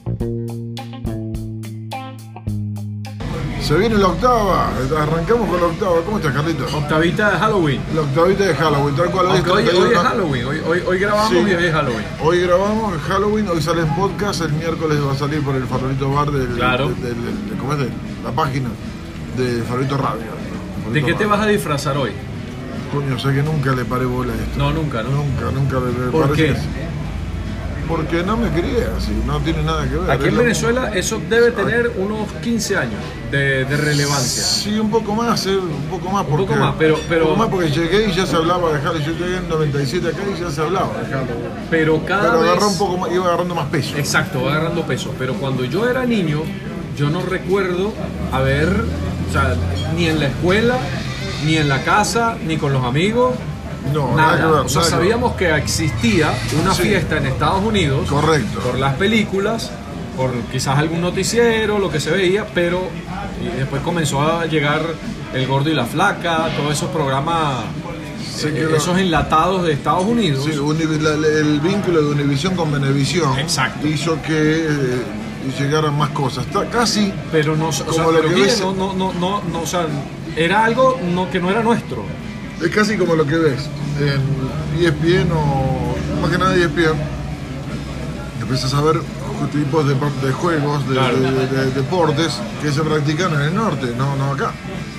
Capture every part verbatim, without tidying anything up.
Se viene la octava, arrancamos con la octava. ¿Cómo estás, Carlitos? Octavita de Halloween. La octavita de Halloween, tal cual. Hoy, hoy, hoy es Halloween, hoy, hoy, hoy grabamos sí. Y hoy es Halloween. Hoy grabamos en Halloween, hoy sale en podcast, el miércoles va a salir por el Farolito Bar del, claro. de, de, de, de, ¿cómo es? De la página de Farolito Radio. Farolito ¿De qué Radio. te vas a disfrazar hoy? Coño, sé que nunca le paré bola a esto. No, nunca, ¿no? Nunca, nunca le ¿Por qué? Porque no me quería, así, no tiene nada que ver. Aquí en Venezuela eso debe tener unos quince años de, de relevancia. Sí, un poco más, eh, un poco más. Porque, un poco más, pero, pero... Un poco más porque llegué y ya se hablaba de Halloween. Yo llegué en noventa y siete acá y ya se hablaba de Halloween. Pero cada pero vez... agarró un poco más, iba agarrando más peso. Exacto, va agarrando peso. Pero cuando yo era niño, yo no recuerdo haber, o sea, ni en la escuela, ni en la casa, ni con los amigos... No, nada, nada que ver, o sea, nada sabíamos que, que existía una sí. fiesta en Estados Unidos. Correcto. Por las películas, por quizás algún noticiero, lo que se veía, pero y después comenzó a llegar El Gordo y la Flaca, todos esos programas, sí, eh, esos lo... enlatados de Estados Unidos. Sí, el vínculo de Univisión con Venevisión Exacto. hizo que eh, llegaran más cosas. Está casi pero no, o como sea, lo pero que bien, ves... no, no, no, no, no, o sea, era algo no, que no era nuestro. Es casi como lo que ves en E S P N o más que nada E S P N. Empiezas a ver tipos de, de juegos, de, claro. de, de, de deportes que se practican en el norte, no, no acá.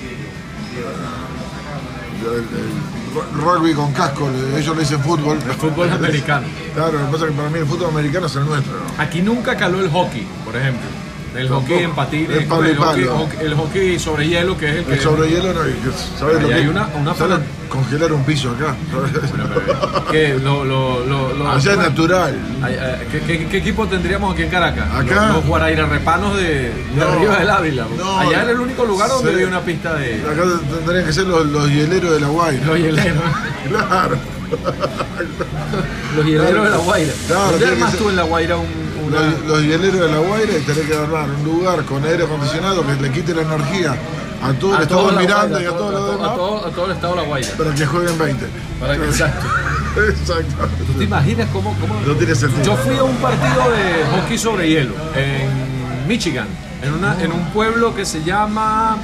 El, el, el rugby con casco, ellos le dicen fútbol. El fútbol americano. Claro, lo que pasa es que para mí el fútbol americano es el nuestro, ¿no? Aquí nunca caló el hockey, por ejemplo. El hockey en patines, el, el, hockey, hockey, el hockey sobre hielo, que es el que... El sobre hielo, no, ¿sabes lo que hay una, una ¿sabes congelar un piso acá? ¿Qué? Lo, lo, lo, lo, Allá es natural. ¿Qué, qué, ¿Qué equipo tendríamos aquí en Caracas? Acá. Los, los guarairarepanos de, de no, Río del Ávila. No, allá era el único lugar donde sí. había una pista de... Acá tendrían que ser los, los hieleros de La Guaira. Los hieleros. Claro. Los hieleros de La Guaira. Claro, ¿Dónde armas tú en La Guaira un... Una... Los, los hieleros de La Guaira y tenés que armar un lugar con aire acondicionado que le quite la energía a todo el estado de Miranda y a todo lo demás. A todo, a todo el estado de La Guaira. Para que jueguen veinte. Para que, exacto. Exacto. ¿Tú te imaginas cómo, cómo...? No tiene sentido. Yo fui a un partido de hockey sobre hielo en Michigan, en, una, en un pueblo que se llama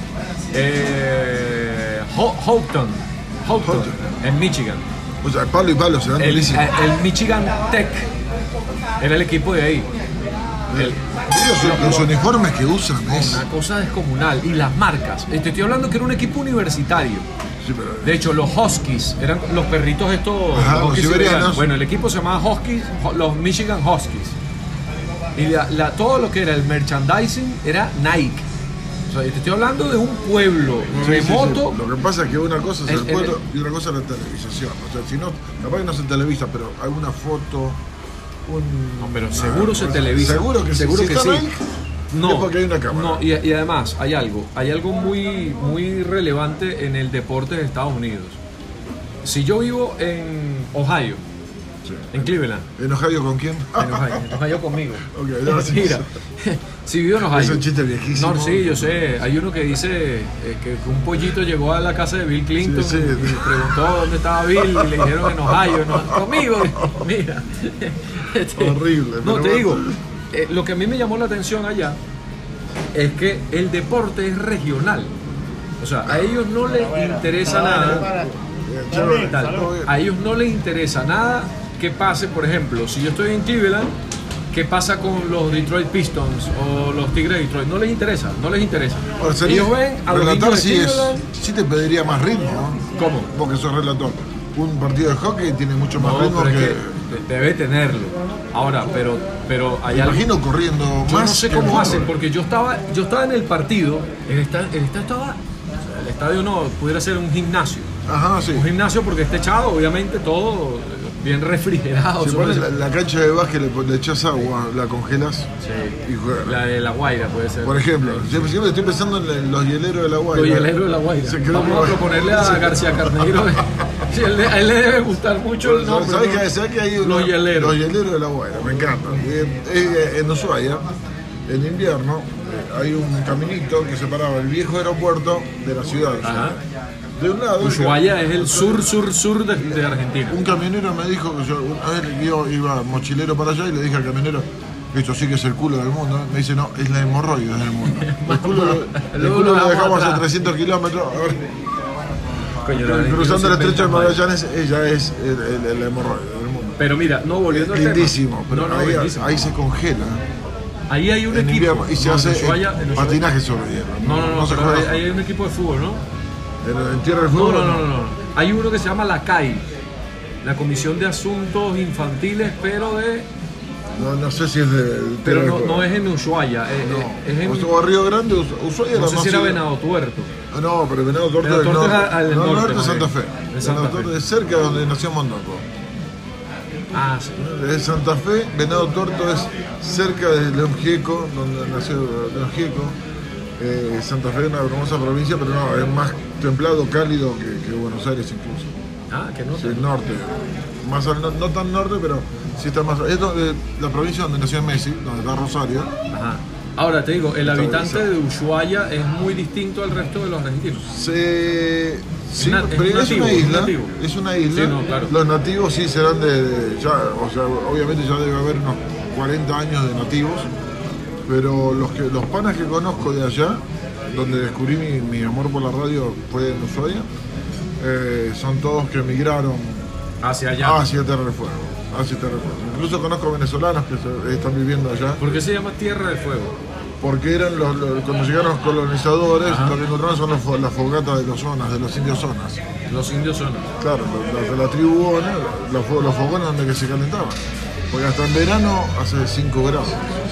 eh, Houghton, Houghton, en Michigan. O sea, palo y palo se dan el, durísimo. el Michigan Tech era el equipo de ahí. El, los, los uniformes que usan es una cosa descomunal. Y las marcas. Te estoy hablando que era un equipo universitario. Sí, pero... De hecho, los Huskies eran los perritos estos. Ajá, los los siberianos. Bueno, el equipo se llamaba Huskies, los Michigan Huskies. Y la, la, todo lo que era el merchandising era Nike. O sea, te estoy hablando de un pueblo sí, remoto. Sí, sí. Lo que pasa es que una cosa es el, el pueblo el, y otra cosa es la televisación. O sea, si no, capaz que no se televisa, pero alguna foto. Un, no, pero seguro ah, se televisa. Seguro que seguro sí. que si sí. Ahí, no, es porque hay una cámara. No, y, y además hay algo, hay algo muy, muy relevante en el deporte de Estados Unidos. Si yo vivo en Ohio, sí. En Cleveland. ¿En Ohio con quién? En Ohio, en Ohio conmigo. Okay, no, sí, mira, si vivo en Ohio. Es un chiste viejísimo. No, sí, yo sé. Hay uno que dice eh, que un pollito llegó a la casa de Bill Clinton sí, sí. y preguntó dónde estaba Bill y le dijeron en Ohio, no, conmigo. Mira. Este, horrible. No, te digo, eh, lo que a mí me llamó la atención allá es que el deporte es regional. O sea, a ellos no les interesa nada. A ellos no les interesa nada que pase, por ejemplo, si yo estoy en Cleveland, ¿qué pasa con los Detroit Pistons o los Tigres de Detroit? No les interesa, no les interesa. Ahora, sería, ellos ven a los relatar niños de sí, Cleveland. es, sí te pediría más ritmo, ¿no? ¿Cómo? Porque sos relator. Un partido de hockey tiene mucho más no, ritmo pero que... es que debe tenerlo. Ahora, pero, pero hay Me algo... imagino corriendo yo más. No sé cómo hacen, porque yo estaba, yo estaba en el partido, el estadio, el estadio estaba, o sea, el estadio no, pudiera ser un gimnasio. Ajá, sí. Un gimnasio porque está echado, obviamente, todo bien refrigerado. Si pones la, la cancha de básquet, le, le echas agua, la congelas sí. y juegas. La de La Guaira puede ser. Por ejemplo, sí. yo siempre estoy pensando en los hieleros de La Guaira. Los hieleros de La Guaira. Vamos a proponerle a García Carneiro. Sí, a, él, a él le debe gustar mucho el nombre. ¿Sabes qué? ¿Sabes que hay los unos, hieleros? Los hieleros de La Guaira, me encantan. En, en Ushuaia, en invierno, hay un caminito que separaba el viejo aeropuerto de la ciudad. Ajá. De un lado, Ushuaia es el sur, sur, sur de, de Argentina. Un camionero me dijo que yo una vez yo iba mochilero para allá y le dije al camionero, esto sí que es el culo del mundo. Me dice, no, es la hemorroide del mundo. El culo, el Luego culo lo lo dejamos dejamos atrás. a trescientos kilómetros. A ver, Coño, la cruzando el veintidós estrecho de inventan Magallanes, ella es el, el, el hemorroide del mundo. Pero mira, no volviendo al tema. Lindísimo, pero No, no, ahí, lindísimo. ahí se congela. Ahí hay un En equipo. invierno, y se No, en hace Ushuaia- en Ushuaia- patinaje sobre hielo. No, no, no, se pero juega ahí, ahí hay un equipo de fútbol, ¿no? en, en Tierra del No, Fuego. no, no, no, no. Hay uno que se llama la C A I, la Comisión de Asuntos Infantiles, pero de No, no sé si es de. pero Tierra no, del Fuego. no es en Ushuaia, es, No. es en O Río Grande, Us- Ushuaia no era sé más si era ciudad. Venado Tuerto. Ah, no, pero Venado Tuerto Venado es del Tuerto norte. es al- al no, norte, norte de más Santa bien. Fe. De Santa Venado Fe. Tuerto es cerca de donde nació Mondongo. Ah, sí. Es Santa Fe, Venado Tuerto es cerca de León Gieco, donde nació León Gieco. Eh, Santa Fe es una hermosa provincia, pero no, es más templado, cálido que, que Buenos Aires incluso. Ah, que no Sí, sé. el norte. Más al no, no tan norte, pero sí está más. Es donde, la provincia donde nació Messi, donde está Rosario. Ajá. Ahora te digo, el Está habitante bien, de Ushuaia es muy distinto al resto de los argentinos. Se, sí, na- es pero un es, nativo, una es un isla. nativo. Es una isla. Sí, no, claro. Los nativos sí serán de, de- ya, o sea, obviamente ya debe haber unos cuarenta años de nativos, pero los que los panas que conozco de allá, donde descubrí mi, mi amor por la radio fue en Ushuaia, eh, son todos que emigraron Hacia allá. hacia Tierra del Fuego. Hacia Tierra del Fuego. Incluso conozco venezolanos que se- están viviendo allá. ¿Por qué se llama Tierra del Fuego? Porque eran los, los- cuando llegaron los colonizadores, Ajá. lo que encontraron son los fo- las fogatas de los zonas, de los indios zonas. Los indios son. Claro, los de la tribu Ona, los, fo- los fogones donde que se calentaban. Porque hasta en verano hace cinco grados.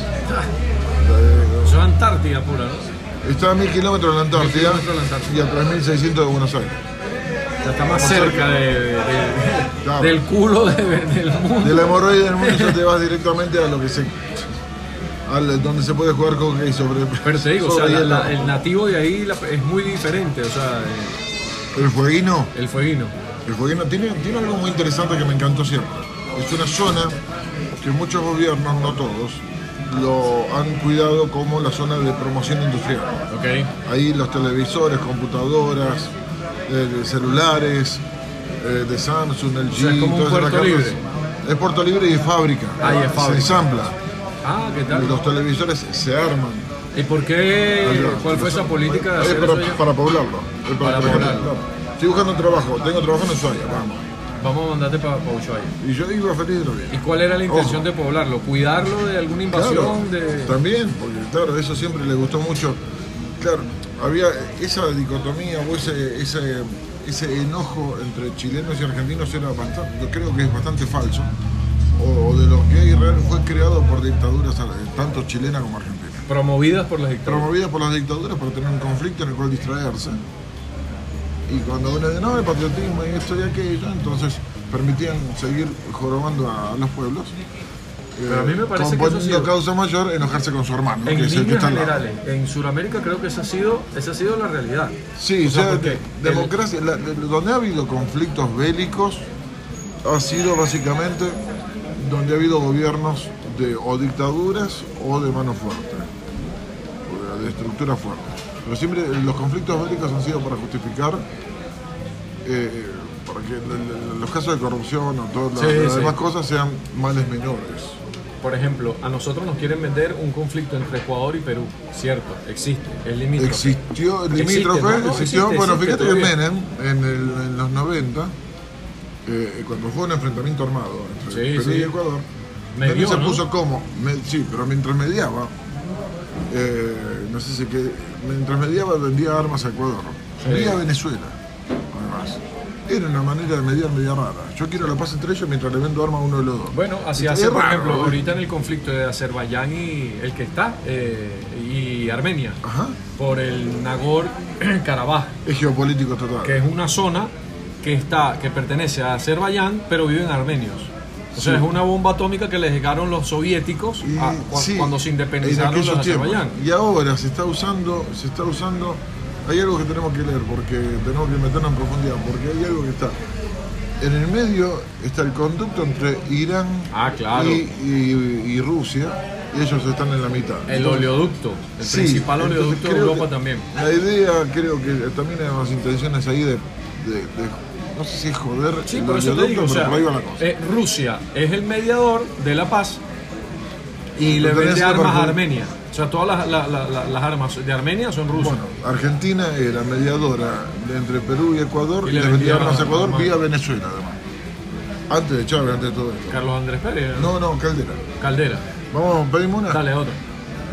Eso es Antártida pura, ¿no? Está a mil kilómetros de la Antártida kilómetros de la Antártida. y a tres mil seiscientos de Buenos Aires. Ya está más cerca de, de- de- Claro. del culo de- del mundo. De la hemorroide del mundo ya te vas directamente a lo que se... al- donde se puede jugar hockey sobre... Pero te digo, o sea, sobre la- hielo. la- el nativo de ahí la- es muy diferente, o sea, eh, El fueguino. el fueguino. El fueguino tiene, tiene algo muy interesante que me encantó siempre. Es una zona que muchos gobiernos, no todos, lo han cuidado como la zona de promoción industrial. Ok. Ahí los televisores, computadoras, eh, celulares, eh, de Samsung, L G, sea, es como un todas esas puerto cosas. libre. Es puerto libre y es fábrica. Ah, y es fábrica. Se ensambla. Ah, ¿qué tal? Los televisores se arman. ¿Y por qué? ¿Cuál fue esa política de Es hacer para, eso allá? para poblarlo. Es Para por ejemplo, poblarlo. claro. Estoy buscando trabajo, tengo trabajo en Ushuaia, vamos. Vamos a mandarte para Ushuaia. Y yo iba feliz de lo bien. ¿Y cuál era la intención Ojo. de poblarlo? ¿Cuidarlo de alguna invasión? Claro, de... también, porque claro, eso siempre le gustó mucho. Claro, había esa dicotomía o ese, ese, ese enojo entre chilenos y argentinos era bastante, yo creo que es bastante falso. O, o de los que hay real fue creado por dictaduras eh, tanto chilena como argentina. Promovidas por las dictaduras. Promovidas por las dictaduras para tener un conflicto en el cual distraerse. Y cuando uno dice, no, el patriotismo y esto y aquello, entonces permitían seguir jorobando a los pueblos. Pero a mí me parece que eso ha componiendo sido- causa mayor enojarse con su hermano, En que es el que líneas está al lado. generales, en Sudamérica creo que esa ha sido, esa ha sido la realidad. Sí, O sea, o sea, porque de- democracia, la- de- donde ha habido conflictos bélicos ha sido básicamente donde ha habido gobiernos de o dictaduras o de mano fuerte, o de, de estructura fuerte. Pero siempre los conflictos bélicos han sido para justificar eh, para que l- l- los casos de corrupción o todas las, Sí, las sí. demás cosas sean males menores. Por ejemplo, a nosotros nos quieren vender un conflicto entre Ecuador y Perú. Cierto, existe, es limítrofe. Existió, el Existe, limítrofe, no, no, existió, existe, bueno, existe fíjate que todavía. Menem, en, el- en los noventa, eh, cuando fue un enfrentamiento armado entre Sí, Perú sí. y Ecuador, Medió, Menem se ¿no? puso como, me- sí, pero mientras mediaba, eh, no sé si que, mientras mediaba vendía armas a Ecuador, Sí. vendía a Venezuela, además. Era una manera de mediar media rara. Yo quiero la paz entre ellos mientras le vendo armas a uno de los dos. Bueno, así Es hace, por raro, ejemplo, ¿eh? ahorita en el conflicto de Azerbaiyán y el que está, eh, y Armenia, Ajá, por el Nagorno-Karabaj, es geopolítico total. que es una zona que está, que pertenece a Azerbaiyán, pero viven armenios. O sea, Sí. es una bomba atómica que les llegaron los soviéticos Y, a- cua- sí, cuando se en independizaron aquellos los de tiempos. Azerbaiyán. Y ahora se está usando, se está usando, hay algo que tenemos que leer porque tenemos que meternos en profundidad, porque hay algo que está. En el medio está el conducto entre Irán Ah, claro. y, y- y Rusia, y ellos están en la mitad. El Entonces, oleoducto, el sí, principal entonces oleoducto de creo Europa que también. La idea, creo que también hay unas intenciones ahí de, de- de- no sé si es joder Sí, el por eso te oleoducto, digo, o pero sea, por ahí va la cosa. eh, Rusia es el mediador de la paz Y le vende Pertenece a armas a Argentina. Armenia. O sea, todas las, la- la- la- las armas de Armenia son rusas. Bueno, Argentina era mediadora de entre Perú y Ecuador Y y le le vendía vendía armas a Ecuador armas. vía Venezuela, además. Antes de Chávez, antes de todo esto. Carlos Andrés Pérez. No, no, Caldera. Caldera. Vamos, pedimos una. Dale, otro.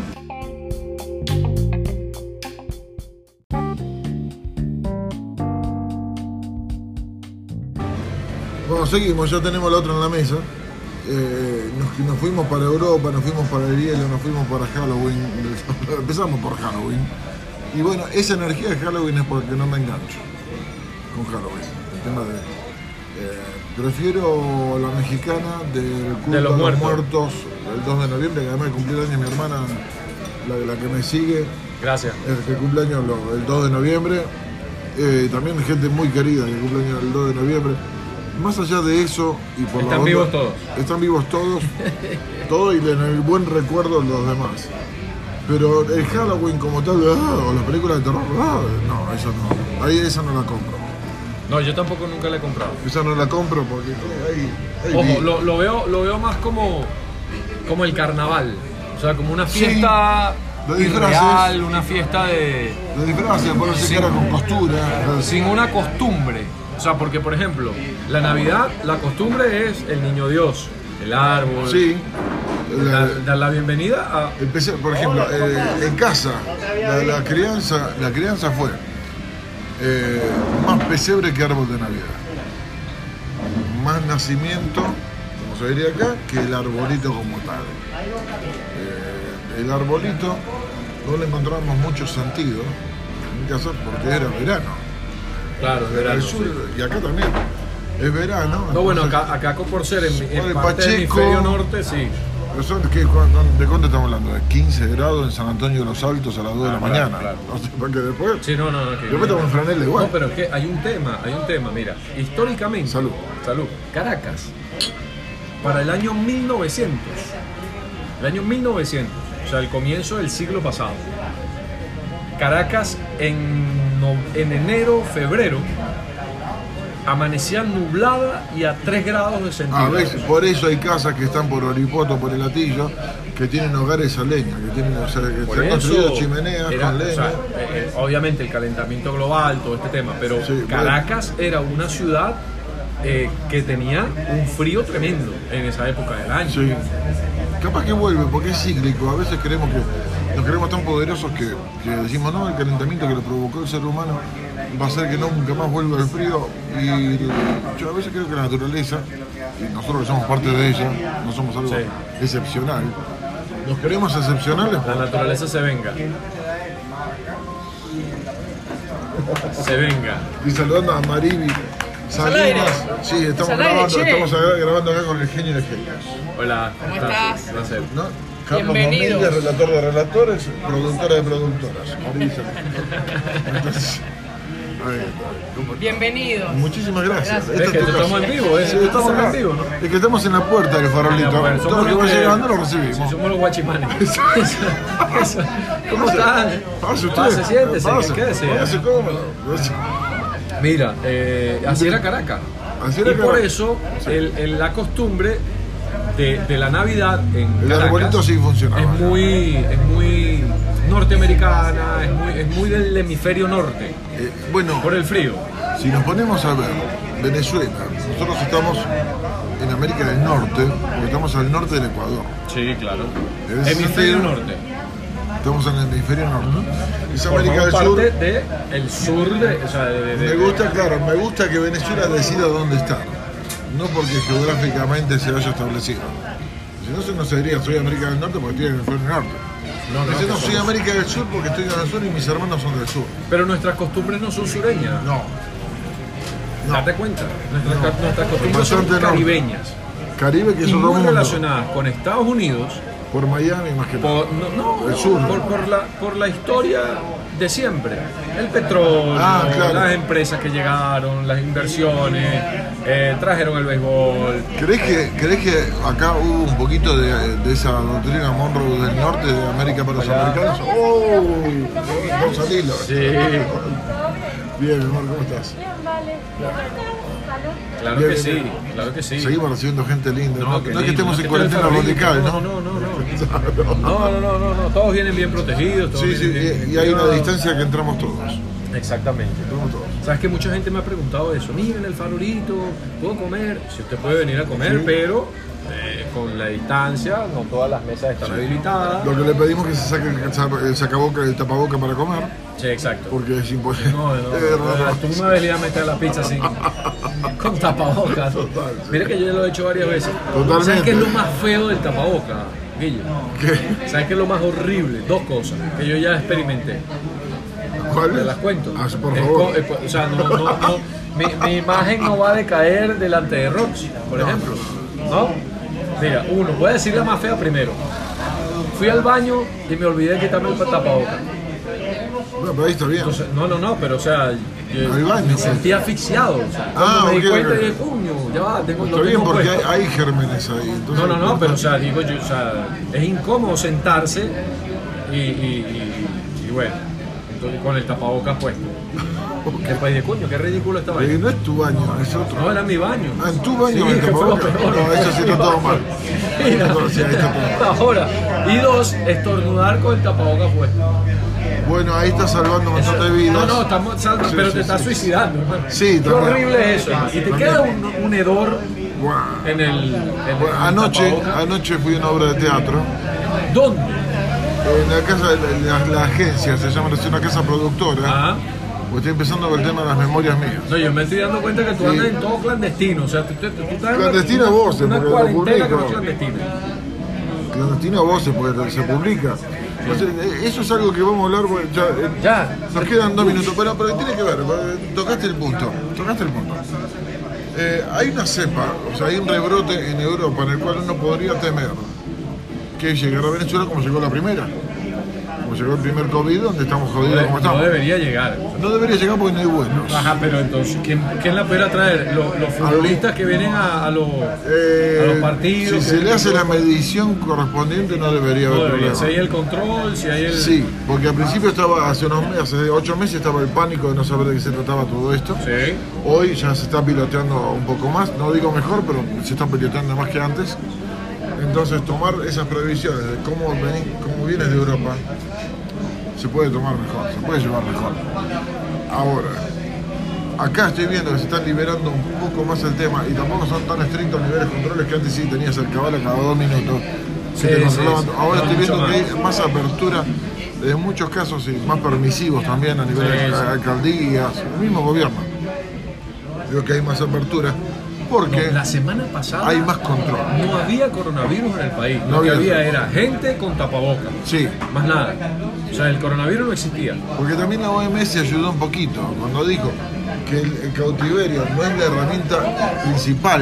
Bueno, seguimos, ya tenemos la otra en la mesa. Eh, nos, nos fuimos para Europa, nos fuimos para el hielo, nos fuimos para Halloween. Empezamos por Halloween. Y bueno, esa energía de Halloween es porque no me engancho con Halloween. El tema de. eh, prefiero la mexicana del culto De los a los muertos. muertos el dos de noviembre, que además cumplió años mi hermana, la, la que me sigue, Gracias. el que cumple años lo- el dos de noviembre. Eh, también gente muy querida que cumple años el dos de noviembre. Más allá de eso, y por la Están onda- vivos todos. Están vivos todos, todos y en el buen recuerdo los demás. Pero el Halloween como tal, ah, o las películas de terror, ah, no, eso no. Ahí esa no la compro. No, yo tampoco nunca la he comprado. Esa no la compro porque ahí, ahí Ojo, vi- lo, lo veo, lo veo más como, como el carnaval. O sea, como una fiesta de disfraces. irreal, una fiesta de. de disfraces, ponerse Sí. cara con costura. sin una costumbre. O sea, porque por ejemplo, la Navidad, la costumbre es el niño Dios, el árbol. Sí. La- Dar, dar la bienvenida a. Empecé, por ejemplo, eh, en casa, la, la crianza, la crianza fue eh, más pesebre que árbol de Navidad. Más nacimiento, como se diría acá, que el arbolito como tal. Eh, el arbolito no le encontramos mucho sentido en mi casa porque era verano. Claro, es Era verano. el sur, sí. y acá también. Es verano. No, bueno, entonces- acá, acá por ser en, en Pone parte del Pacheco. hemisferio norte, sí. Pero son- ¿qué- cuánto- ¿De cuánto estamos hablando? ¿De quince grados en San Antonio de los Altos a las dos de la Ah, claro, mañana? claro. No sé, porque después. Sí, no, no, no. que- Después estamos en franela igual. No, pero es que hay un tema, hay un tema, mira, históricamente. Salud. Salud. Caracas, para el año mil novecientos, el año mil novecientos, o sea, el comienzo del siglo pasado, Caracas en, no- en enero, febrero, amanecía nublada y a tres grados de A centígrados. veces, por eso hay casas que están por Oripoto, por el Latillo, que tienen hogares a leña, que tienen, o sea, que Por se han eso construido chimeneas era, con leña. o sea, eh, eh, obviamente el calentamiento global, todo este tema, pero Sí, bueno. Caracas era una ciudad eh, que tenía un frío tremendo en esa época del año. Sí. Capaz que vuelve, porque es cíclico. A veces creemos que nos creemos tan poderosos que, que decimos, no, el calentamiento que lo provocó el ser humano va a hacer que nunca más vuelva el frío. Y yo a veces creo que la naturaleza, y nosotros que somos parte de ella, no somos algo Sí. excepcional, nos queremos excepcionales. La naturaleza se venga. Se venga. Y saludando a Mariby Salinas. Sí, estamos al aire, grabando, che. estamos acá grabando acá con el genio de genios. Hola. ¿Cómo ¿qué tal? estás? Un placer. ¿No? Carlos Bienvenidos. Domínguez, relator de relatores, productora de productoras. Mariby Salinas. Entonces, ahí está. ¿Cómo está? Bienvenidos. Muchísimas gracias. Gracias. Esta Es que es tu estamos casa. en vivo, ¿eh? Sí, estamos Estamos en acá. vivo, ¿no? Es que estamos en la puerta del farolito. Ah, bueno, Todo somos lo que los va que- llegando lo Sí, recibimos. somos los guachimanes. Eso, eso. ¿Cómo están? Pase usted. Pase, siéntese, Pase. quédese. Póngase cómodo. Mira, eh, así era Caracas. Así era y por Caracas. eso el- el- la costumbre de, de la Navidad en El Caracas arbolito sí funcionaba. es muy, es muy norteamericana, es muy, es muy del hemisferio norte, Eh, bueno, por el frío. si nos ponemos a ver Venezuela, nosotros estamos en América del Norte, porque estamos al norte del Ecuador. Sí, claro. En ese Hemisferio sentido, norte. Estamos en el hemisferio norte. Es América del Formamos Sur. parte de el sur de, o sea, de, de- de- Me gusta, claro, me gusta que Venezuela decida dónde estar. No porque geográficamente se haya establecido. Si no, se nos diría, soy América del Norte porque estoy en el hemisferio norte. No, no, Dice, no, que soy somos- América del Sur porque estoy en el sur y mis hermanos son del sur. Pero nuestras costumbres no son sureñas. No. No. Date cuenta. Nuestras, ca- nuestras costumbres Bastante son norte. caribeñas. Caribe, que es Y otro muy mundo. relacionadas con Estados Unidos. Por Miami más que nada. Por, no, no, El sur. Por, por la, por la historia de siempre. El petróleo, Ah, claro. las empresas que llegaron, las inversiones, eh, trajeron el béisbol. ¿Crees que, ¿Crees que acá hubo un poquito de, de esa doctrina Monroe del norte de América para los americanos? ¡Oh! Vamos al hilo. Sí, Bien, mi amor, ¿cómo estás? Bien, vale. claro Bien, que bien, sí, bien. claro que sí. Seguimos recibiendo gente linda. No, qué no es que lindo, estemos no en es que cuarentena estoy radical, no, ¿no? no, no, no. No, no, no, no, no, todos vienen bien protegidos. Todos Sí, sí, vienen bien, y, y bien hay una cuidados. distancia que entramos todos. Exactamente. Entramos todos. Sabes que mucha gente me ha preguntado eso. Miren el farolito, ¿puedo comer? Si usted puede venir a comer, Sí. pero eh, con la distancia, no todas las mesas están habilitadas. Lo que le pedimos es que se saque el, el sacaboca, el tapaboca para comer, Sí, exacto. porque es imposible. No, no, Es no, raro. tú me venías a meter la pizza sin, con tapabocas. Total, sí. Mira que yo ya lo he hecho varias veces. Totalmente. ¿Sabes qué es lo más feo del tapaboca, Guillo? ¿Qué? ¿Sabes qué es lo más horrible? Dos cosas que yo ya experimenté. ¿Cuál Te es? las cuento. Ah, por Es favor. co- es co- o sea, no, no, no. Mi, mi imagen no va a decaer delante de Roxy, por No, ejemplo. ¿No? Mira, uno, voy a decir la más fea primero. Fui al baño y me olvidé de quitarme el tapabocas. Bueno, pero ahí está bien. Entonces, no, no, no, pero o sea, yo Al baño. me sentí asfixiado. O sea, cuando Ah, me di ok, cuenta, ok. dije, puño, ya va, tengo, Está lo bien tengo porque hay, puesto. hay gérmenes ahí. Entonces, No, no, no, pero o sea, digo yo, o sea, es incómodo sentarse y, y, y, y bueno, entonces, con el tapabocas puesto. Después dije, coño, qué ridículo estaba Eh, ahí. no es tu baño, es otro. No, era mi baño. Ah, en tu baño Sí, el que fue lo tapabocas. peor. No, eso sí está todo mal. Mira, Sí, ahí está todo mal. ahora, y dos, estornudar con el tapabocas puesto. Bueno, ahí está salvando un montón de vidas. No, no, estamos salvando, Sí, pero sí, te estás sí. suicidando, hermano. Sí, Qué también. horrible es eso. Y te También. queda un, un hedor Guau. en el, en el Bueno, anoche, tapabocas. anoche fui a una obra de teatro. ¿Dónde? En la casa, la, la agencia, se llama es una casa productora. Ah. Pues estoy empezando con el tema de las memorias mías. No, yo me estoy dando cuenta que tú Sí. andas en todo clandestino. O sea, tú, tú, tú estás en Clandestino una, vos, una porque lo cuarentena que no publico. es clandestina. Clandestino a voces, porque se publica. Entonces, eh, eso es algo que vamos a hablar. Porque ya, eh, Ya. Nos quedan dos minutos, pero, pero tiene que ver, porque tocaste el punto. Tocaste el punto. Eh, hay una cepa, o sea, hay un rebrote en Europa en el cual uno podría temer que llegar a Venezuela como llegó la primera. Como llegó el primer COVID, donde estamos jodidos No, como no estamos. debería llegar. No debería llegar porque no hay buenos. Ajá, pero entonces, ¿quién, quién la pudiera traer? Los, los futbolistas que vienen a, a los, Eh, a los partidos. Si que- se le hace la medición correspondiente, no debería No haber debería. problema. Si hay el control, si hay el... Sí, porque al principio estaba, hace unos meses, hace ocho meses estaba el pánico de no saber de qué se trataba todo esto. Sí. Hoy ya se está piloteando un poco más, no digo mejor, pero se está piloteando más que antes. Entonces tomar esas previsiones de cómo, venís, cómo vienes de Europa, se puede tomar mejor, se puede llevar mejor. Ahora, acá estoy viendo que se están liberando un poco más el tema y tampoco son tan estrictos los niveles de controles que antes sí tenías el cabal a cada dos minutos. Sí, que te sí, controlaban. sí. Ahora No, estoy mucho viendo que más. hay más apertura, en muchos casos y más permisivos también a nivel Sí, de sí. alcaldías, el mismo gobierno. Digo que hay más apertura porque No, la semana pasada hay más control. no había coronavirus en el país. No Lo que había. había era gente con tapabocas. Sí, Más nada. O sea, el coronavirus no existía. porque también la O M S ayudó un poquito cuando dijo que el, el cautiverio no es la herramienta principal.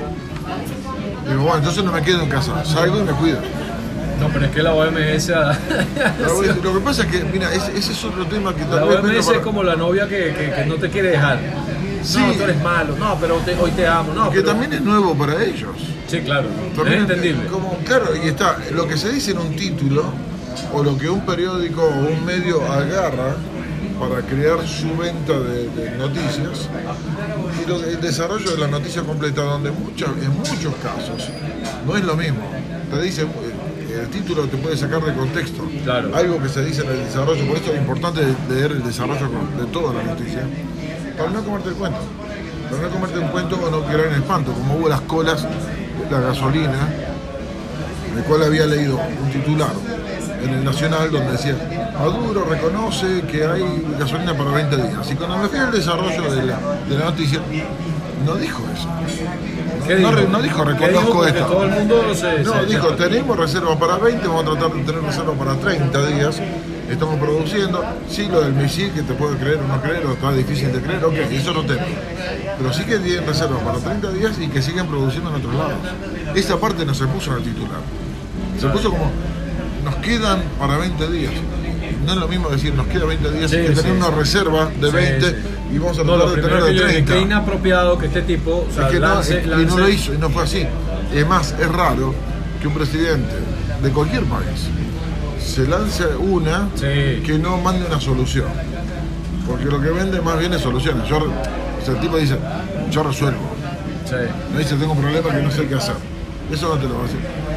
Digo, bueno, entonces no me quedo en casa, salgo y me cuido. No, pero es que la O M S... ha- Lo que pasa es que, mira, ese, ese es otro tema que La tal O vez M venga S para- es como la novia que, que, que no te quiere dejar. Sí. No, tú eres malo. No, pero te- hoy te amo. No, que pero- también es nuevo para ellos. Sí, claro. También es entendible. Como, claro, y está lo que se dice en un título o lo que un periódico o un medio agarra para crear su venta de, de noticias y lo- el desarrollo de la noticia completa, donde muchas, en muchos casos no es lo mismo. Te dice, eh, el título te puede sacar de contexto Claro. algo que se dice en el desarrollo, por eso es importante leer el desarrollo de toda la noticia, para no comerte el cuento. Para no comerte el cuento o no quedar en espanto, como hubo las colas de la gasolina, en el cual había leído un titular en el Nacional donde decía Maduro reconoce que hay gasolina para veinte días. Y cuando me fui al desarrollo de la, de la noticia, no dijo eso. ¿Qué No, dijo? re- no dijo ¿Qué reconozco Porque esto. todo el mundo se... No, se- dijo, se- tenemos reserva para veinte, vamos a tratar de tener reserva para treinta días, estamos produciendo, sí, lo del misil, que te puede creer o no creer, o está difícil de creer, ok, eso no tengo. Pero sí que tienen reserva para treinta días y que siguen produciendo en otros lados. Esa parte no se puso en el titular. Se puso como, nos quedan para veinte días. No es lo mismo decir, nos queda veinte días Sí, y que sí, tener una sí. reserva de Sí, veinte sí. y vamos a No, tratar lo de primero tener que de yo dije, treinta. qué inapropiado que este tipo, o sea, Es que no, lance, es- y lance- no lo hizo, y no fue así. Es más, es raro que un presidente de cualquier país se lance una Sí. que no mande una solución. Porque lo que vende más bien es soluciones. Yo, o sea, el tipo dice, yo resuelvo. Sí. No dice, tengo un problema que no sé qué hacer. Eso no te lo va a decir.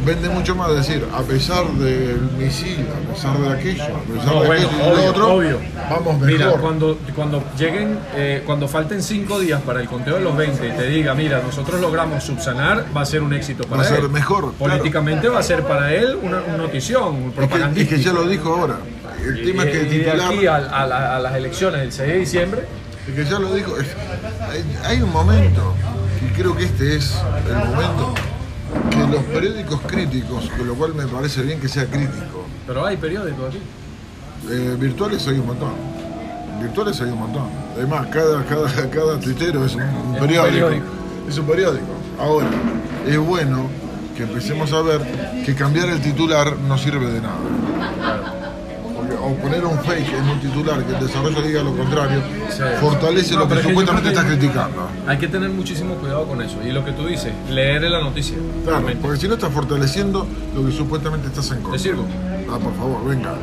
vende mucho más decir, a pesar del misil, a pesar de aquello, a pesar No, de bueno, aquello y obvio, lo otro, obvio. vamos mejor. Mira, cuando, cuando lleguen, eh, cuando falten cinco días para el conteo de los veinte y te diga, mira, nosotros logramos subsanar, va a ser un éxito para Va a él. ser mejor, Políticamente claro. va a ser para él una, una notición, un Es que, propagandístico. es que ya lo dijo ahora. El Y- tema es que el y de titular... aquí a, a la- a las elecciones del seis de diciembre, Es que ya lo dijo, es- hay, hay un momento, y creo que este es el momento, que los periódicos críticos, con lo cual me parece bien que sea crítico, pero hay periódicos aquí. eh, virtuales hay un montón, virtuales hay un montón. Además, cada, cada, cada tuitero es un, un Es un periódico, periódico. es un periódico. Ahora, es bueno que empecemos a ver que cambiar el titular no sirve de nada. Porque, o poner un fake en un titular que el desarrollo diga lo contrario, Sí. fortalece No, lo que pero es que yo supuestamente creo estás que- criticando. Hay que tener muchísimo cuidado con eso. Y lo que tú dices, leer la noticia. Claro, realmente. porque si no estás fortaleciendo lo que supuestamente estás en contra. ¿Te sirvo? Ah, por favor, venga.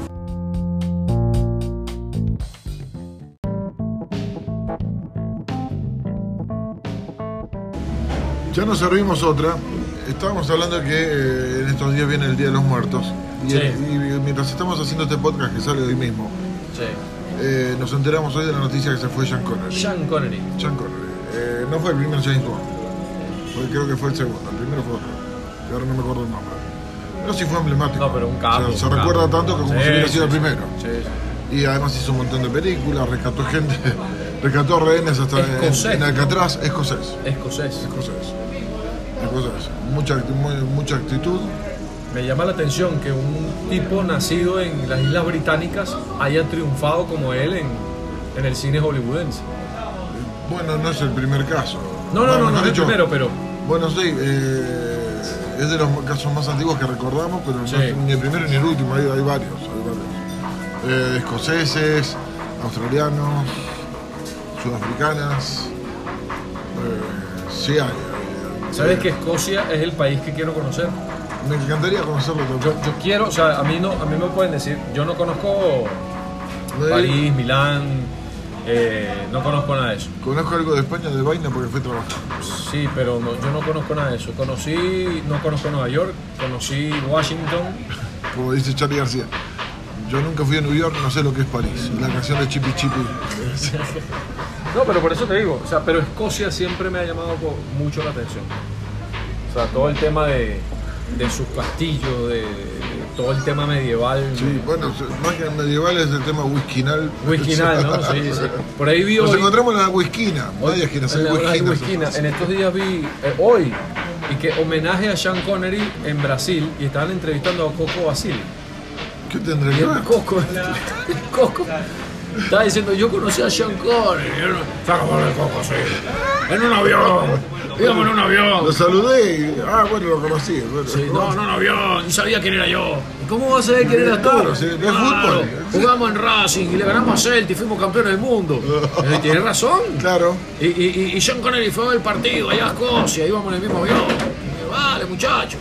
Ya nos servimos otra. Estábamos hablando de que eh, en estos días viene el Día de los Muertos. Y, Sí. y mientras estamos haciendo este podcast que sale hoy mismo, Sí. eh, nos enteramos hoy de la noticia que se fue Sean Connery. Sean Connery. Sean Connery. Eh, no fue el primer James Bond. Fue- creo que fue el segundo. El primero fue otro. Y ahora no me acuerdo el nombre. Pero sí fue emblemático. No, pero un capo. O sea, se un recuerda capo. tanto que como Sí, si hubiera sido sí, el primero. Sí, sí. Y además hizo un montón de películas, rescató gente, rescató rehenes hasta en, Escocés. en Alcatraz, escocés. Escocés. Escocés. Escocés. Mucha, acti- muy- mucha actitud. Me llama la atención que un tipo nacido en las Islas Británicas haya triunfado como él en, en el cine hollywoodense. Bueno, no es el primer caso. No, no, Bueno, no, no mejor es el dicho, primero, pero Bueno, sí, eh, es de los casos más antiguos que recordamos, pero no Sí. es ni el primero ni el último, hay, hay varios. Hay varios. Eh, escoceses, australianos, sudafricanas. Eh, sí hay. hay. ¿sabes Eh, que Escocia es el país que quiero conocer? Me encantaría conocerlo Yo, también. yo quiero, o sea, a mí, no, a mí me pueden decir, yo no conozco No, eh, París, Milán, eh, no conozco nada de eso. Conozco algo de España de vaina porque fui a trabajar. Sí, pero no, yo no conozco nada de eso. Conocí, no conozco Nueva York, conocí Washington. Como dice Charlie García. Yo nunca fui a New York, no sé lo que es París. La canción de Chippy Chippy. No, pero por eso te digo, o sea, pero Escocia siempre me ha llamado po- mucho la atención. O sea, todo el tema de, de sus castillos, de, de todo el tema medieval. Sí, bueno, más que medieval es el tema whiskinal. Whiskinal, ¿no? Sí, sí. Por ahí vi Nos hoy. encontramos en la whiskina. Nadie quiere hacer en la- whiskina. en Whisquina. En estos días vi eh, hoy y que homenaje a Sean Connery en Brasil y estaban entrevistando a Coco Basile. ¿Qué tendré Y que el ver? Coco, el Coco estaba diciendo, yo conocí a Sean Connery. Y él, "Sácame el Coco, sí. En un avión. Íbamos en un avión. Lo saludé y. Ah, bueno, lo conocí. Bueno, Sí, no, no, no vio, ni sabía quién era yo. ¿Y cómo vas a saber quién eras tú? Claro, sí, no es fútbol. Jugamos en Racing y le ganamos a Celtic y fuimos campeones del mundo. Eh, Tienes razón. Claro. Y, y, y Sean Connery fue a ver el partido allá a Escocia, íbamos en el mismo avión. Y yo, vale, muchacho.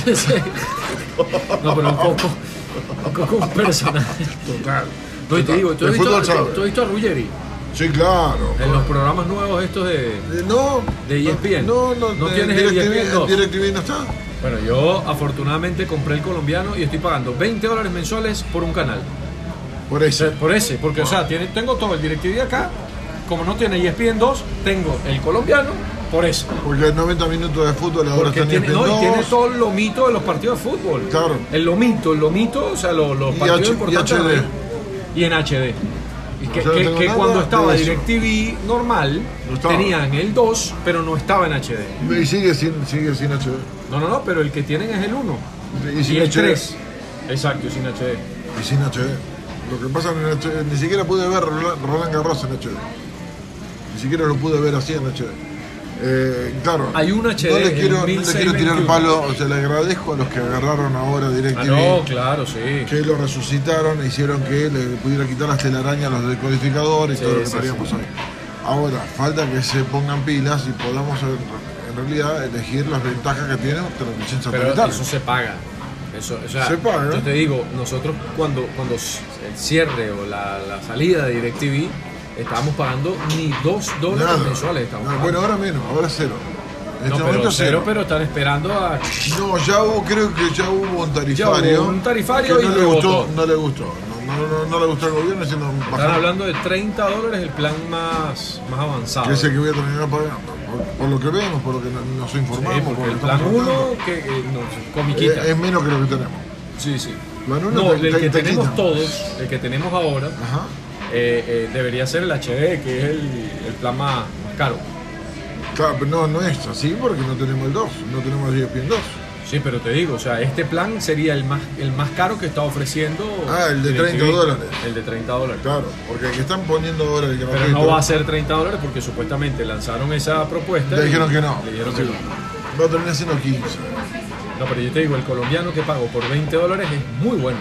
No, pero un Coco, un Coco es un personaje. Total. No, y te digo, ¿tú has De visto, fútbol sabe. tú has visto a Ruggeri? Sí, claro. En los programas nuevos estos de... Eh, No. De E S P N. No, no, ¿No de tienes el E S P N dos? DirecTV no está. Bueno, yo afortunadamente compré el colombiano y estoy pagando veinte dólares mensuales por un canal. Por O eso. sea, por ese, porque o sea, tiene, tengo todo el DirecTV acá, como no tiene E S P N dos, tengo el colombiano por eso. Porque noventa minutos de fútbol ahora Porque están en tiene, no, y dos. tiene todo el lomito de los partidos de fútbol. Claro. El lomito, el lomito, o sea, los, los Y partidos H- y importantes. H D. Y en H D. Y que, O sea, no que- tengo que nada cuando de estaba eso. DirecTV normal, No estaba. tenían el dos, pero no estaba en H D. Y sigue sin, sigue sin H D. No, no, no, pero el que tienen es el uno. Y Y, sin el H D. tres. Exacto, sin H D. Y sin H D. Lo que pasa en H D, ni siquiera pude ver Roland Roland Garros en H D. Ni siquiera lo pude ver así en H D. Eh, claro, Hay un H D no le en quiero, no le mil seiscientos quiero tirar veintiuno. palo, o sea, le agradezco a los que agarraron ahora Ah, DirecTV, no, claro, sí. que lo resucitaron e hicieron que le pudiera quitar las telarañas a los decodificadores y Sí, todo lo que sí, teníamos sí. hoy. Ahora, falta que se pongan pilas y podamos en, en realidad elegir las ventajas que tiene televisión Pero satelital. eso se paga. Eso, o sea, Se paga. Yo te digo, nosotros cuando, cuando el cierre o la, la salida de DirecTV, estábamos pagando ni dos dólares Nada. mensuales. Estábamos Nada. pagando. Bueno, ahora menos, ahora cero. En no, este pero momento cero, cero. pero están esperando a... No, ya hubo, creo que ya hubo un tarifario. Ya hubo un tarifario que y no le gustó, rebotó. no le gustó. No, no, no, no le gustó al gobierno, diciendo Están bajar, hablando de treinta dólares el plan más, más avanzado. que es el que voy a terminar pagando. Por, por lo que vemos, por lo que no- nos Sí, informamos. porque por el lo que plan estamos uno, contando, que eh, no, comiquita. es, es menos que lo que tenemos. Sí, sí. Plan uno No, te- el te- que te tenemos quitan. todos, el que tenemos ahora, Ajá. eh, eh, debería ser el H D, que es el, el plan más, más caro. Claro, pero no, no es así porque no tenemos el dos, no tenemos el E S P N dos. Sí, pero te digo, o sea, este plan sería el más, el más caro que está ofreciendo. Ah, el de DirecTV. treinta dólares. El de treinta dólares. Claro, porque el que están poniendo ahora el gratuito. Pero no va a ser treinta dólares porque supuestamente lanzaron esa propuesta. Le y dijeron que no. Le dijeron Sí. que no. Va a terminar siendo quince. No, pero yo te digo, el colombiano que pago por veinte dólares es muy bueno.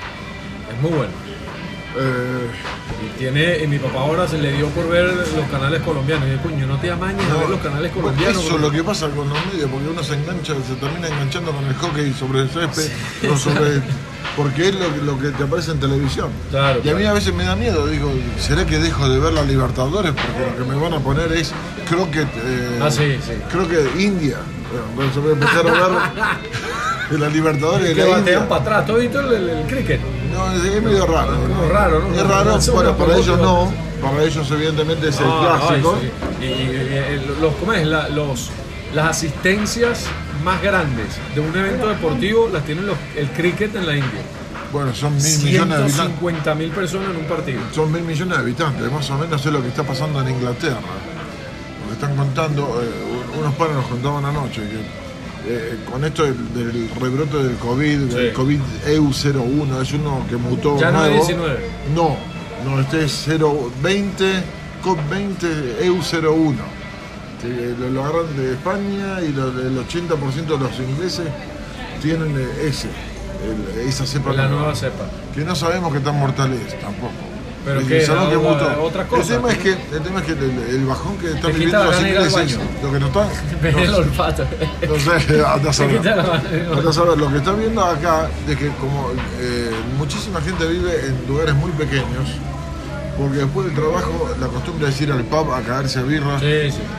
Es muy bueno. Eh, Y tiene, y mi papá ahora se le dio por ver los canales colombianos. Y yo, coño, no te amañes a no, ver los canales bueno, colombianos. eso es lo que pasa con los medios, porque uno se engancha, se termina enganchando con el hockey sobre el césped, o sobre, porque es lo, que- lo que te aparece en televisión. Claro, Y a mí claro. a veces me da miedo, digo, ¿será que dejo de ver la Libertadores? Porque lo que me van a poner es croquet, eh, Ah, sí, sí. croquet India. Bueno, entonces voy a empezar a ver de la Libertadores de Que la batean India. para atrás, todo el, el, el cricket. No, es, es medio raro. Es como raro, ¿no? Es raro, Es una bueno, para ellos promoción. no, para ellos evidentemente es el Ah, clásico. ay, sí. Y, y- y- los, ¿cómo es? La- los, las asistencias más grandes de un evento deportivo las tienen los, el cricket en la India. Bueno, son mil millones de ciento habitantes. cincuenta mil personas en un partido. Son mil millones de habitantes, más o menos es lo que está pasando en Inglaterra. Lo que están contando, eh, unos panes nos contaban anoche, que eh, con esto del, del rebrote del COVID, del Sí. COVID E U cero uno, es uno que mutó Ya no es nuevo. diecinueve. No, no, este es cero veinte, C O V veinte E U cero uno. Sí, lo, lo agarran de España y lo, el ochenta por ciento de los ingleses tienen eh, ese, el- esa cepa La nueva. nueva cepa. Que no sabemos qué tan mortal es tampoco. Pero Y que sabemos no, que mutó. otra cosa. El tema es que, el, tema es que el, el bajón que están Te viviendo quita la los gana de ir al ingleses, baño. lo que no están, Ven el no, olfato. no sé, anda a Te saber. quita la gana. Anda a saber. Lo que está viendo acá es que como eh, muchísima gente vive en lugares muy pequeños, porque después del trabajo la costumbre es ir al pub a caerse a birra. Sí, sí.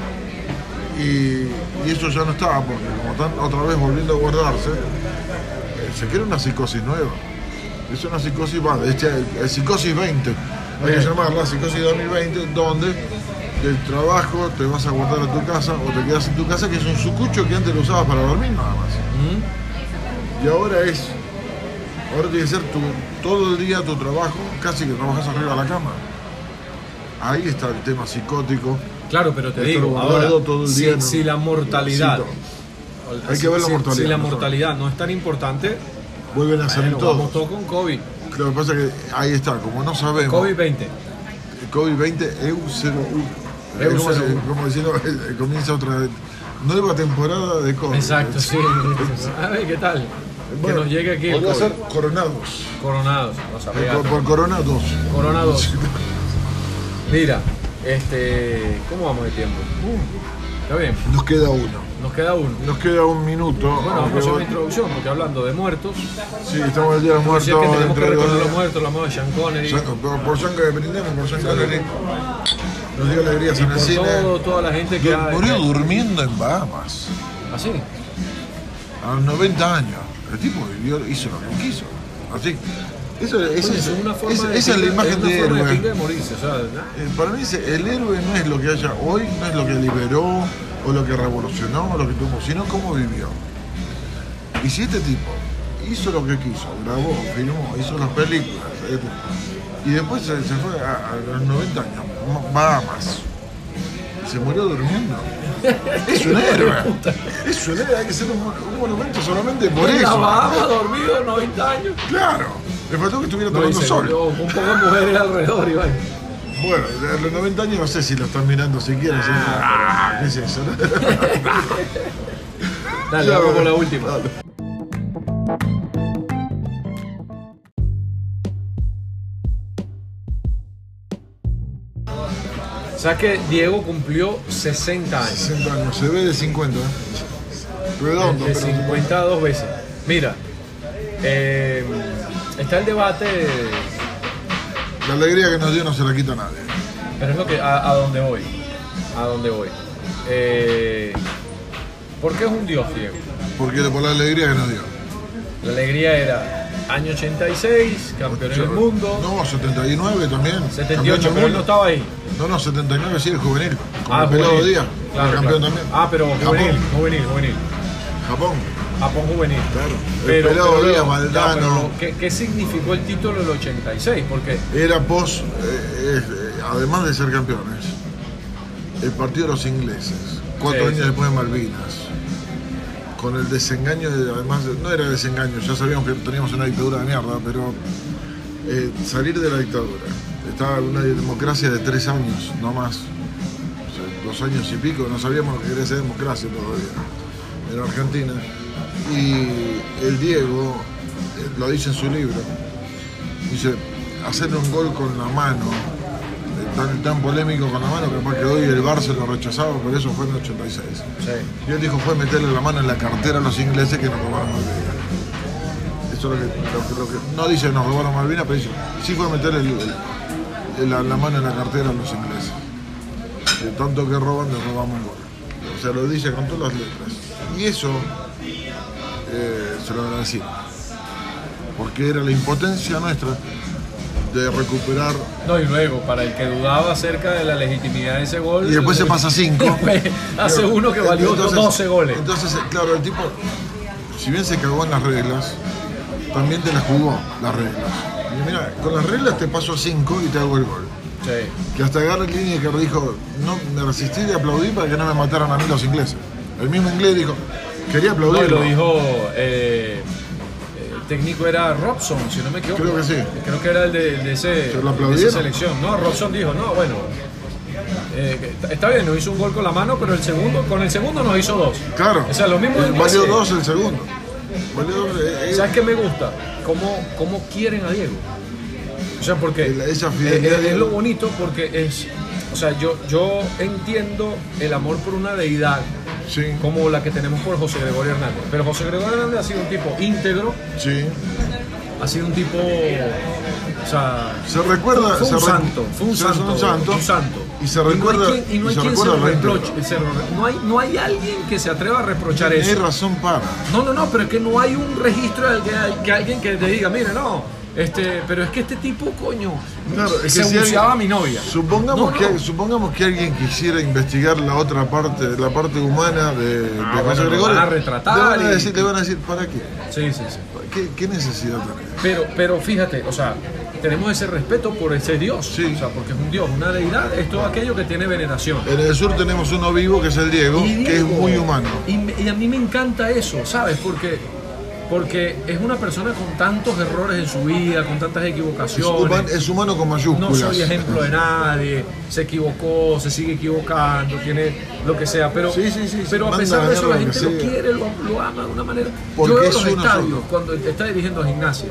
Y, y eso ya no estaba, porque como están otra vez volviendo a guardarse, eh, se crea una psicosis nueva. Es una psicosis, va, este, eh, psicosis veinte, hay que Bien. llamarla psicosis dos mil veinte, donde del trabajo te vas a guardar a tu casa o te quedas en tu casa, que es un sucucho que antes lo usabas para dormir nada más. ¿Mm? Y ahora es, ahora tiene que ser tu, todo el día tu trabajo, casi que trabajas arriba de la cama. Ahí está el tema psicótico. Claro, pero te Estar digo, guardado ahora, todo el si, día, ¿no? si la mortalidad, Sí, Hay que ver la si- mortalidad, Si la no mortalidad no es tan importante, vuelven a salir bueno, todos. vamos todos con COVID. Lo que pasa es que ahí está, como no sabemos. COVID veinte. COVID veinte E U cero uno. E U Es como, cero si- uno. como diciendo, eh, comienza otra nueva temporada de COVID. Exacto, sí. A ver, ¿qué tal? Bueno, que nos llegue aquí el podría COVID. ser coronados. Coronados. No sabía. Por, por corona dos. Corona dos. Mira, este, ¿cómo vamos de tiempo? Está bien, Nos queda uno. nos queda uno. Nos queda un minuto. Bueno, vamos a aunque hacer vos- una introducción, porque hablando de muertos, Sí, estamos el día de los muertos. si es que tenemos que entre recordar a dos- los muertos, la moda de Sean Connery, Sean- Por, por Sean que brindemos, por Sean Connery. Nos dio alegrías y en el por cine. todo, toda la gente que ha... Murió durmiendo en Bahamas. ¿Así? A los noventa años. El tipo vivió, hizo lo que quiso. Así. Eso, ese- Oye, eso es una forma esa, de esa es la pinga- imagen es una de forma héroe. pinga de morirse, o sea, ¿no? Eh, para mí ese- el héroe no es lo que haya hoy, no es lo que liberó o lo que revolucionó o lo que tuvo, sino cómo vivió. Y si este tipo hizo lo que quiso, grabó, filmó, hizo las películas, eh, y después se, se fue a, a los noventa años, Bahamas, y se murió durmiendo. Es un héroe. Es un héroe, hay que hacer un, un monumento solamente por En la eso. Bahama, dormido, noventa años. Claro, le faltó que estuviera No, y tomando se sol. murió con un poco de mujeres alrededor, Iván. Bueno, a los noventa años no sé si lo están mirando siquiera. ¿Sí? Ah, ¿qué es eso? Dale, Ya, vamos con la última. dale. ¿Sabes que Diego cumplió sesenta años? sesenta años, se ve de cincuenta. ¿eh? Redondo, De pero cincuenta a dos veces. Mira, eh, está el debate, la alegría que nos dio no se la quita a nadie. pero es lo que a, a dónde voy, a dónde voy. Eh, ¿Por qué es un dios, Diego? Porque por la alegría que nos dio. La alegría era año ochenta y seis, campeón del mundo. No, setenta y nueve también. setenta y ocho, pero él no estaba ahí. No, no, setenta y nueve sí, el juvenil. Con Ah, el pelado juvenil. Díaz, Claro, el campeón claro. también. Ah, pero juvenil, Japón. juvenil, juvenil. Japón. Japón juvenil. Claro. Pero, el pelado pero, Díaz, ya, Valdano. pero lo- ¿qué, ¿Qué significó el título del ochenta y seis? Porque Era pos, eh, eh, además de ser campeones, el partido de los ingleses, cuatro Sí, años sí. después de Malvinas, con el desengaño, de, además, de- no era desengaño, ya sabíamos que teníamos una dictadura de mierda, pero eh, salir de la dictadura, estaba en una democracia de tres años, no más, o sea, dos años y pico, no sabíamos lo que quería ser democracia todavía, en Argentina, y el Diego, eh, lo dice en su libro, dice, hacerle un gol con la mano, eh, tan, tan polémico con la mano, que capaz que hoy el Barça lo rechazaba, pero eso fue en el ochenta y seis. sí. Y él dijo, fue meterle la mano en la cartera a los ingleses que nos robaron Malvinas. Eso es lo que, lo que, lo que no dice nos robaron Malvinas, pero dice, sí fue meterle el- el- la, la mano en la cartera a los ingleses. De tanto que roban, les robamos un gol. O sea, lo dice con todas las letras. Y eso eh, se lo agradecimos. Porque era la impotencia nuestra de recuperar. No, y luego, para el que dudaba acerca de la legitimidad de ese gol. Y después se pasa a cinco. después hace uno que valió Entonces- doce goles. Entonces, claro, el tipo, si bien se cagó en las reglas, también te las jugó las reglas. Y mira, con las reglas te paso a cinco y te hago el gol. Sí. Que hasta Gary Lineker dijo, no, me resistí de aplaudir para que no me mataran a mí los ingleses. El mismo inglés dijo, quería No, y aplaudirlo. lo dijo. Eh, el técnico era Robson, si no me equivoco. Creo que sí. Creo que era el de, de ese, ¿Se lo de aplaudieron? esa selección. No, Robson dijo, no, bueno. eh, que está bien, nos hizo un gol con la mano, pero el segundo, con el segundo nos hizo dos. Claro. O sea, lo mismo Eh, ingleses. Valió dos el segundo. Valió dos, eh, eh, ¿Sabes qué me gusta? ¿Cómo, cómo quieren a Diego? O sea, porque El- esa eh, fidelidad. es, es lo bonito porque es, o sea, yo, yo entiendo el amor por una deidad Sí, como la que tenemos por José Gregorio Hernández. Pero José Gregorio Hernández ha sido un tipo íntegro, sí. ha sido un tipo, o sea, Se recuerda. fue un se re- santo, fue un se- santo, un santo. un santo. Y se recuerda. no hay quien, y no hay y se quien se recuerda lo lo íntegro. reproche, se lo- no hay, no hay alguien que se atreva a reprochar Hay eso. razón para. No, no, no, pero es que no hay un registro de que, que alguien que te diga, mire, no, este, pero es que este tipo, coño, Claro, es se que si buceaba a alguien- mi novia. Supongamos, No, que, no. supongamos que alguien quisiera investigar la otra parte, la parte humana de, de Ah, José bueno, lo Gregorio. van a retratar Le van a, y- decir, le van a decir, ¿para qué? Sí, sí, sí. ¿Qué, qué necesidad tenés? Pero, pero fíjate, o sea, tenemos ese respeto por ese Dios. Sí. O sea, porque es un Dios, una deidad, es todo aquello que tiene veneración. En el sur tenemos uno vivo que es el Diego, Y que es Diego, muy humano. Y, me- y a mí me encanta eso, ¿sabes? Porque, porque es una persona con tantos errores en su vida, con tantas Es, equivocaciones. human- es humano con No mayúsculas. soy ejemplo de nadie, se equivocó, se sigue equivocando, tiene lo que sea, pero, Sí, sí, sí, pero sí, a manda pesar la de eso la mierda gente lo lo que sea. quiere, lo, lo ama de una manera. Porque Yo veo es los uno estadios solo. cuando está dirigiendo a Gimnasia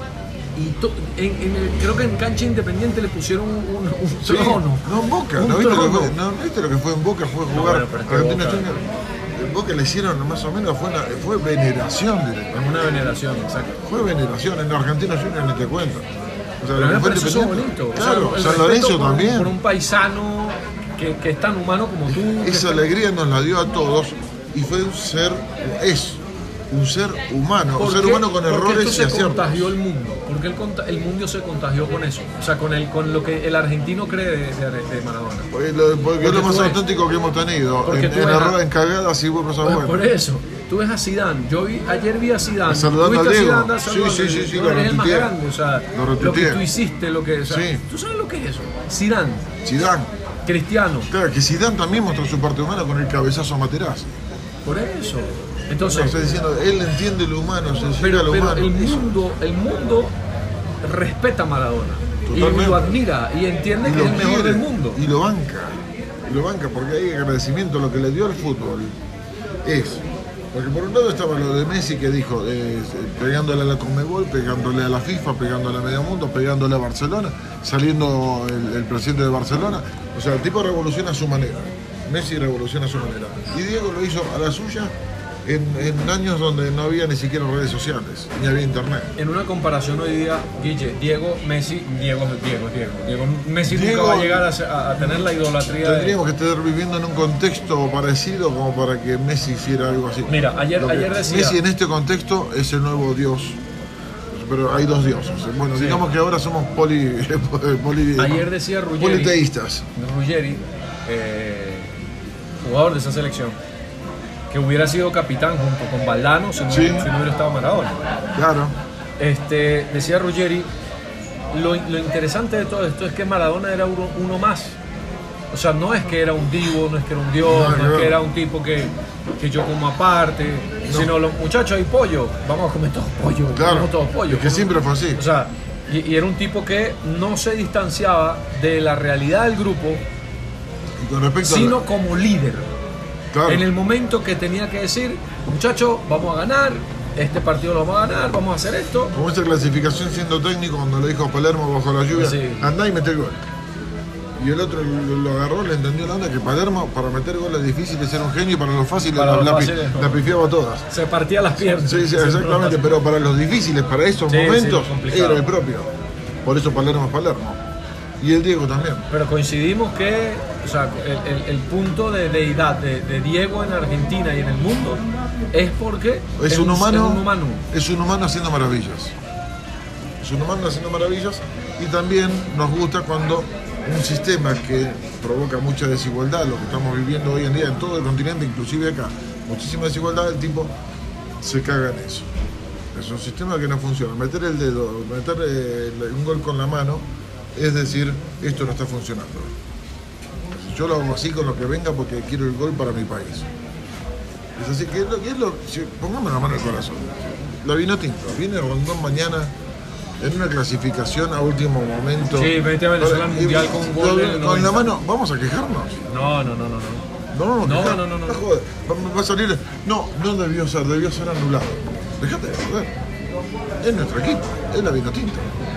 y to- en, en el- creo que en cancha Independiente le pusieron un, un- un Sí. trono. No en Boca, Un ¿no viste, lo que trono. fue, ¿no viste lo que fue en Boca? Fue No, jugar bueno, pero es que Argentina Boca- Junior. En Boca le hicieron más o menos, fue, una- fue veneración directamente. Es una veneración, exacto. Fue veneración, en Argentina Junior ni te cuento. O sea, Pero lo me que fue parece eso Independiente- bonito. Claro, o sea, el San respeto Lorenzo por, también. por un paisano que, que es tan humano como tú. que Esa alegría nos la dio a todos y fue un ser, es un ser humano, un ¿Por ser qué? humano con Porque errores esto y se aciertos. contagió el mundo, porque el, conta- el mundo se contagió con eso, o sea, con el con lo que el argentino cree de, de- de Maradona. Porque, lo- porque es lo Porque más tú ves- auténtico que hemos tenido, porque en, tú en, ves a- error- en cagadas y hubo cosas Por, buenas. por eso, tú ves a Zidane, yo vi, ayer vi a Zidane, Saludando ¿tú viste a Diego. Zidane saludando? Sí, sí, sí, sí, Tú lo eres el más retuiteé. grande, o sea, Lo lo, que retuiteé. tú hiciste, lo que, o sea, Sí. ¿tú sabes lo que es eso? Zidane, Zidane, Cristiano, claro, que Zidane también mostró su parte humana con el cabezazo a Materazzi. por eso. O Entonces, sea, diciendo, él entiende lo humano, se llega a pero, lo pero humano. el Eso. mundo, el mundo respeta a Maradona y Totalmente. lo admira y entiende Y que lo es el mejor quiere, del mundo. Y lo banca. Y lo banca porque hay agradecimiento. Lo que le dio al fútbol es. Porque por un lado estaba lo de Messi que dijo, eh, pegándole a la Conmebol, pegándole a la FIFA, pegándole a Medio Mundo, pegándole a Barcelona, saliendo el, el presidente de Barcelona. O sea, el tipo revoluciona a su manera. Messi revoluciona a su manera. Y Diego lo hizo a la suya en, en años donde no había ni siquiera redes sociales, ni había internet. En una comparación hoy día, Guille, Diego, Messi, Diego, Diego, Diego, Diego Messi Diego, nunca va a llegar a, a tener la idolatría. Tendríamos de... que estar viviendo en un contexto parecido como para que Messi hiciera algo así. Mira, ayer, que, ayer decía... Messi en este contexto es el nuevo dios, pero hay dos dioses. Bueno, sí. Digamos que ahora somos poli, poli ayer decía Ruggeri, politeístas. Ruggeri, eh, jugador de esa selección, que hubiera sido capitán junto con Valdano si no, sí. si no hubiera estado Maradona. Claro. Este, decía Ruggeri, lo, lo interesante de todo esto es que Maradona era uno, uno más. O sea, no es que era un divo, no es que era un dios, no, no, no es que era un tipo que, que yo como aparte, no. Sino los muchachos hay pollo, vamos a comer todos pollo, claro, todos pollo. Es que siempre fue así. O sea, y, y era un tipo que no se distanciaba de la realidad del grupo, y con respecto sino a la... como líder. Claro. En el momento que tenía que decir, muchachos, vamos a ganar, este partido lo vamos a ganar, vamos a hacer esto. Como esa clasificación siendo técnico cuando le dijo a Palermo bajo la lluvia, sí. Andá y mete el gol. Y el otro lo, lo agarró, le entendió la onda que Palermo para meter gol es difícil de ser un genio y para los fáciles para la, los la, fáciles, la no. pifiaba todas. Se partía las piernas. Sí, sí, exactamente, pero para los difíciles, para esos sí, momentos, sí, era el propio. Por eso Palermo es Palermo. Y el Diego también. Pero coincidimos que, o sea, el, el, el punto de deidad de, de Diego en Argentina y en el mundo es porque es, es, un, humano, es un humano. Es un humano haciendo maravillas. Es un humano haciendo maravillas y también nos gusta cuando un sistema que provoca mucha desigualdad, lo que estamos viviendo hoy en día en todo el continente, inclusive acá, muchísima desigualdad, el tipo se caga en eso. Es un sistema que no funciona. Meter el dedo, meter eh, un gol con la mano, es decir, esto no está funcionando. Yo lo hago así con lo que venga porque quiero el gol para mi país. Es así que es lo que es lo. Si, pongamos la mano al corazón. La Vinotinto, viene Rondón mañana en una clasificación a último momento. Sí, vete a Venezuela al mundial con un gol. Con, con la mano, ¿vamos a quejarnos? No, no, no, no. No, no, no, no, no, no, no, no, no. Joder, va, va a salir. No, no debió ser, debió ser anulado. Déjate de joder. Es nuestro equipo, es la Vinotinto.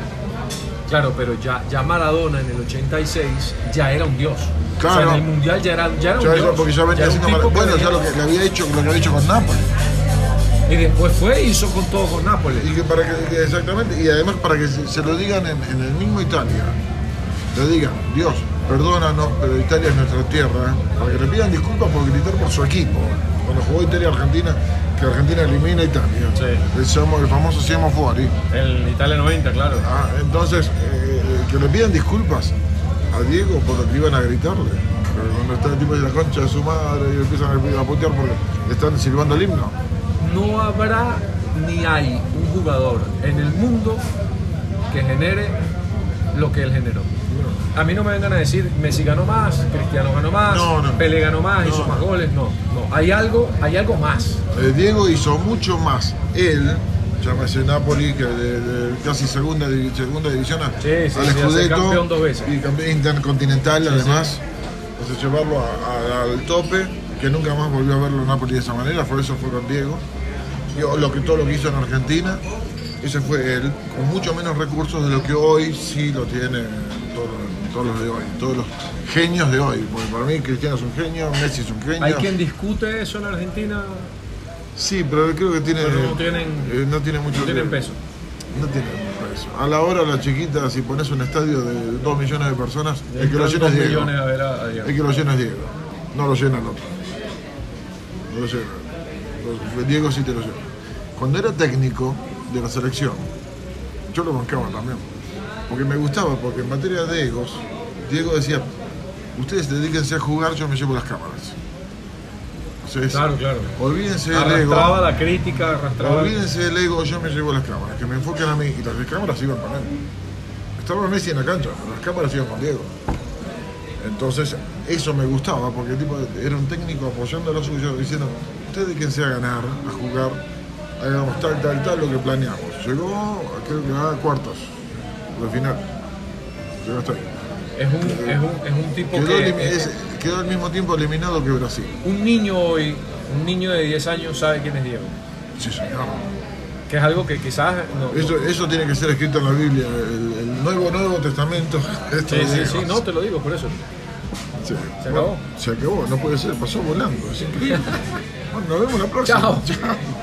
Claro, pero ya, ya Maradona en el ochenta y seis ya era un dios. Claro. O sea, en el mundial ya era, ya era un ya dios. Porque ya venía ya haciendo Mar... Bueno, ya lo que le había hecho, lo que había hecho con Nápoles. Y después fue y hizo con todo con Nápoles. Y que para que, exactamente, y además para que se, se lo digan en, en el mismo Italia. Le digan, Dios, perdónanos, pero Italia es nuestra tierra. Para que le pidan disculpas por gritar por su equipo. Cuando jugó Italia-Argentina, que Argentina elimina a Italia. Sí. El, Siamo, el famoso Siamo Fuori. El Italia noventa, claro. Ah, entonces, eh, que le pidan disculpas a Diego por lo que iban a gritarle. Pero cuando está el tipo de la concha de su madre y empiezan a putear porque están silbando el himno. No habrá ni hay un jugador en el mundo que genere lo que él generó. A mí no me vengan a decir Messi ganó más, Cristiano ganó más, no, no. Pelé ganó más, no. hizo más goles. No, no. Hay algo, hay algo más. Eh, Diego hizo mucho más. Él, llámese Napoli, que de, de casi segunda, segunda división a, sí, sí, al Scudetto, campeón dos veces. Y campeón intercontinental, sí, además. Sí. Entonces llevarlo a, a, al tope, que nunca más volvió a verlo Napoli de esa manera, por eso fue con Diego. Y lo que, todo lo que hizo en Argentina, ese fue él, con mucho menos recursos de lo que hoy sí lo tiene todos, todos los de hoy, todos los genios de hoy. Porque para mí Cristiano es un genio, Messi es un genio. ¿Hay quien discute eso en Argentina? Sí, pero creo que tiene, pero no, tienen, eh, no tiene mucho no tienen peso. No tiene peso. A la hora, la chiquita, si pones un estadio de dos millones de personas, el que lo llena es Diego. A ver a, a Diego. El que lo llena es Diego. No lo llena el otro. No lo llena. Diego sí te lo lleva. Cuando era técnico de la selección, yo lo bancaba también. Porque me gustaba, porque en materia de egos, Diego decía, ustedes dedíquense a jugar, yo me llevo las cámaras. O sea, claro, claro. Olvídense del arrastraba ego. Arrastraba la crítica, arrastraba... Olvídense del ego, yo me llevo las cámaras. Que me enfoquen a mí. Y las cámaras iban con él. Estaba Messi en la cancha, pero las cámaras iban con Diego. Entonces, eso me gustaba, porque el tipo era un técnico apoyando a lo suyo, diciendo, ustedes dedíquense a ganar, a jugar, hagamos tal, tal, tal, lo que planeamos. Llegó, creo que a cuartos, al final. Llegó hasta ahí. Es un, eh, es un, es un tipo quedó que... Elim, es, quedó al mismo tiempo eliminado que Brasil. Un niño hoy, un niño de diez años sabe quién es Diego. Sí, señor. Que es algo que quizás... No, eso, no. eso tiene que ser escrito en la Biblia, el, el Nuevo Nuevo Testamento. Sí, sí, sí, no, te lo digo, por eso. Sí. Se acabó. Se acabó, no puede ser, pasó volando, es increíble. Bueno, nos vemos la próxima. Chao. Chao.